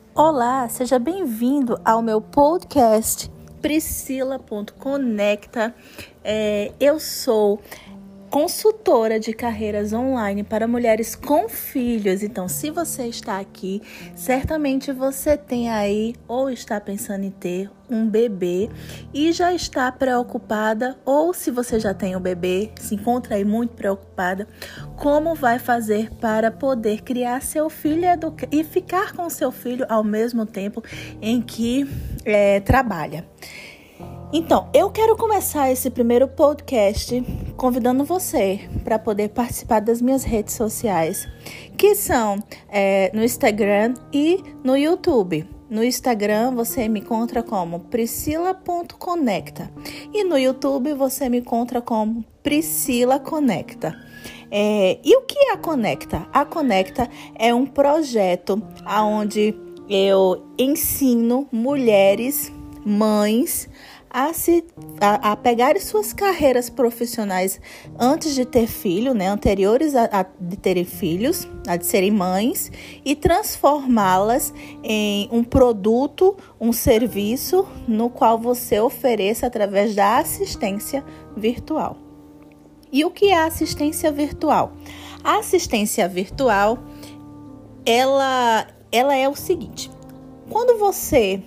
Olá, seja bem-vindo ao meu podcast Priscila.conecta. Eu sou consultora de carreiras online para mulheres com filhos. Então, se você está aqui, certamente você tem aí ou está pensando em ter um bebê e já está preocupada, ou se você já tem um bebê, se encontra aí muito preocupada, como vai fazer para poder criar seu filho e ficar com seu filho ao mesmo tempo em que trabalha. Então, eu quero começar esse primeiro podcast convidando você para poder participar das minhas redes sociais, que são no Instagram e no YouTube. No Instagram você me encontra como Priscila.conecta e no YouTube você me encontra como Priscila Conecta. E o que é a Conecta? A Conecta é um projeto onde eu ensino mulheres, mães, a pegarem suas carreiras profissionais antes de ter filho, anteriores de terem filhos, a de serem mães, e transformá-las em um produto, um serviço no qual você ofereça através da assistência virtual. E o que é a assistência virtual? A assistência virtual, ela é o seguinte: quando você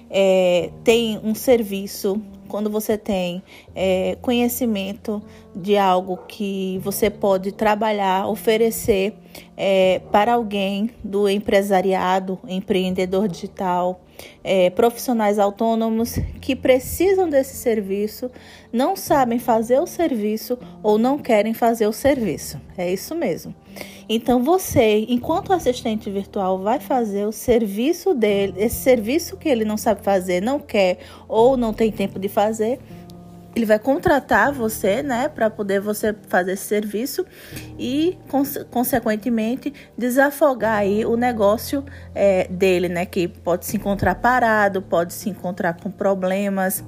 tem um serviço, quando você tem conhecimento de algo que você pode trabalhar, oferecer para alguém do empresariado, empreendedor digital, profissionais autônomos que precisam desse serviço, não sabem fazer o serviço ou não querem fazer o serviço. É isso mesmo. Então você, enquanto assistente virtual, vai fazer o serviço dele, esse serviço que ele não sabe fazer, não quer ou não tem tempo de fazer, ele vai contratar você, para poder você fazer esse serviço e, consequentemente, desafogar aí o negócio dele, que pode se encontrar parado, pode se encontrar com problemas,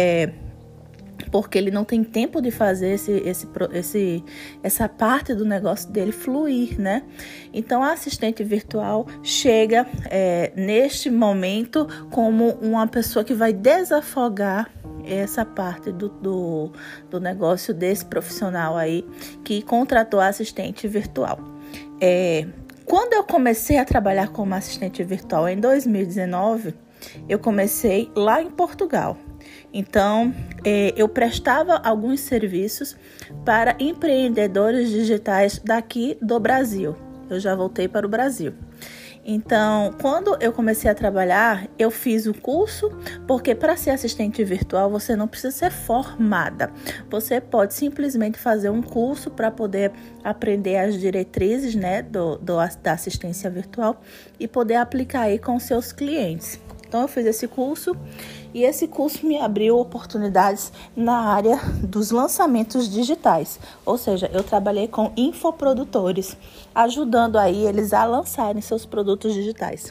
porque ele não tem tempo de fazer essa parte do negócio dele fluir, Então, a assistente virtual chega neste momento como uma pessoa que vai desafogar essa parte do negócio desse profissional aí que contratou a assistente virtual. Quando eu comecei a trabalhar como assistente virtual em 2019, eu comecei lá em Portugal. Então, eu prestava alguns serviços para empreendedores digitais daqui do Brasil. Eu já voltei para o Brasil. Então, quando eu comecei a trabalhar, eu fiz o curso, porque para ser assistente virtual você não precisa ser formada. Você pode simplesmente fazer um curso para poder aprender as diretrizes, da assistência virtual e poder aplicar aí com seus clientes. Então, eu fiz esse curso e esse curso me abriu oportunidades na área dos lançamentos digitais. Ou seja, eu trabalhei com infoprodutores, ajudando aí eles a lançarem seus produtos digitais.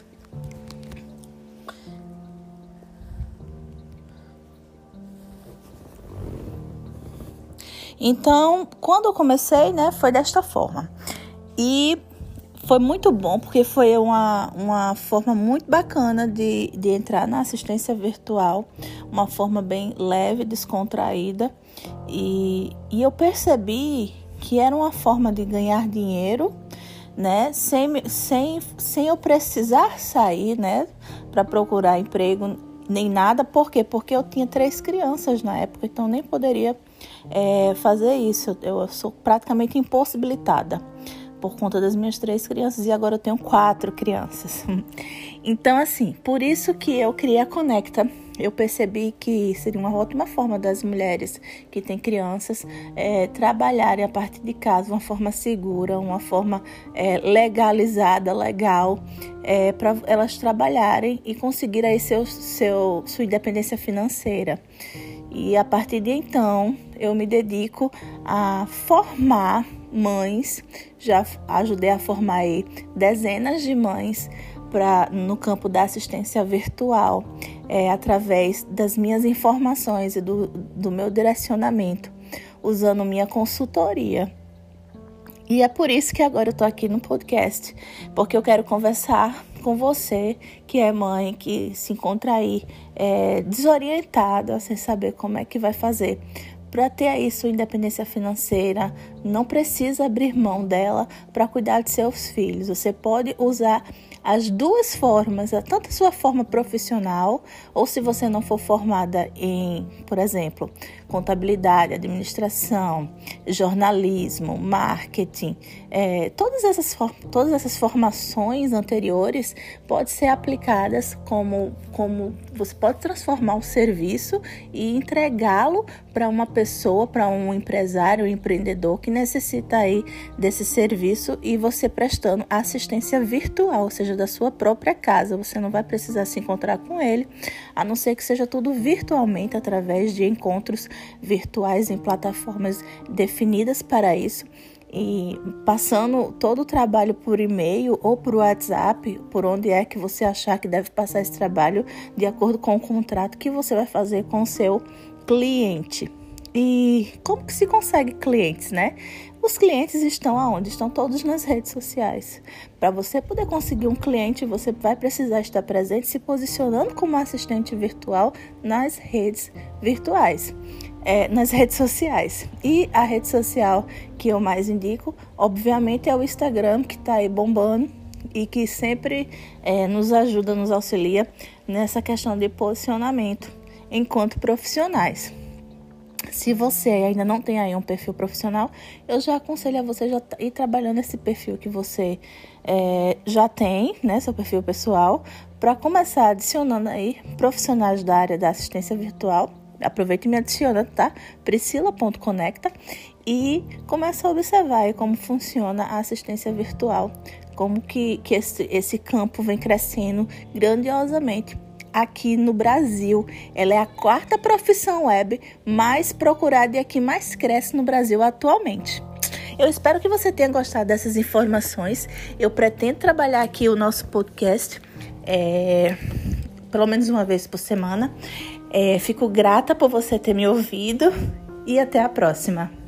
Então, quando eu comecei, foi desta forma. E foi muito bom, porque foi uma forma muito bacana de entrar na assistência virtual, uma forma bem leve, descontraída, e eu percebi que era uma forma de ganhar dinheiro, sem eu precisar sair, para procurar emprego, nem nada. Por quê? Porque eu tinha 3 crianças na época, então nem poderia fazer isso. Eu sou praticamente impossibilitada por conta das minhas 3 crianças, e agora eu tenho 4 crianças. Então, assim, por isso que eu criei a Conecta. Eu percebi que seria uma ótima forma das mulheres que têm crianças trabalharem a partir de casa, uma forma segura, uma forma legalizada, legal, para elas trabalharem e conseguir aí sua independência financeira. E a partir de então, eu me dedico a formar mães. Já ajudei a formar aí dezenas de mães no campo da assistência virtual, através das minhas informações e do meu direcionamento, usando minha consultoria. E é por isso que agora eu estou aqui no podcast, porque eu quero conversar com você, que é mãe, que se encontra aí desorientada, sem saber como é que vai fazer. Para ter aí sua independência financeira, não precisa abrir mão dela para cuidar de seus filhos. Você pode usar as duas formas, tanto a sua forma profissional, ou se você não for formada em, por exemplo, contabilidade, administração, jornalismo, marketing, todas essas formações anteriores podem ser aplicadas como você pode transformar o serviço e entregá-lo para uma pessoa, para um empresário, um empreendedor que necessita aí desse serviço e você prestando assistência virtual, ou seja, da sua própria casa. Você não vai precisar se encontrar com ele, a não ser que seja tudo virtualmente, através de encontros virtuais em plataformas definidas para isso. E passando todo o trabalho por e-mail ou por WhatsApp, por onde é que você achar que deve passar esse trabalho, de acordo com o contrato que você vai fazer com o seu cliente. E como que se consegue clientes, né? Os clientes estão aonde? Estão todos nas redes sociais. Para você poder conseguir um cliente, você vai precisar estar presente, se posicionando como assistente virtual nas redes virtuais. Nas redes sociais. E a rede social que eu mais indico, obviamente, é o Instagram, que está aí bombando e que sempre nos ajuda, nos auxilia nessa questão de posicionamento enquanto profissionais. Se você ainda não tem aí um perfil profissional, eu já aconselho a você já ir trabalhando esse perfil que você já tem, né, seu perfil pessoal, para começar adicionando aí profissionais da área da assistência virtual. Aproveita e me adiciona, tá? Priscila.conecta e começa a observar aí como funciona a assistência virtual, como que esse campo vem crescendo grandiosamente aqui no Brasil. Ela é a 4ª profissão web mais procurada e a que mais cresce no Brasil atualmente. Eu espero que você tenha gostado dessas informações. Eu pretendo trabalhar aqui o nosso podcast pelo menos uma vez por semana. Fico grata por você ter me ouvido e até a próxima.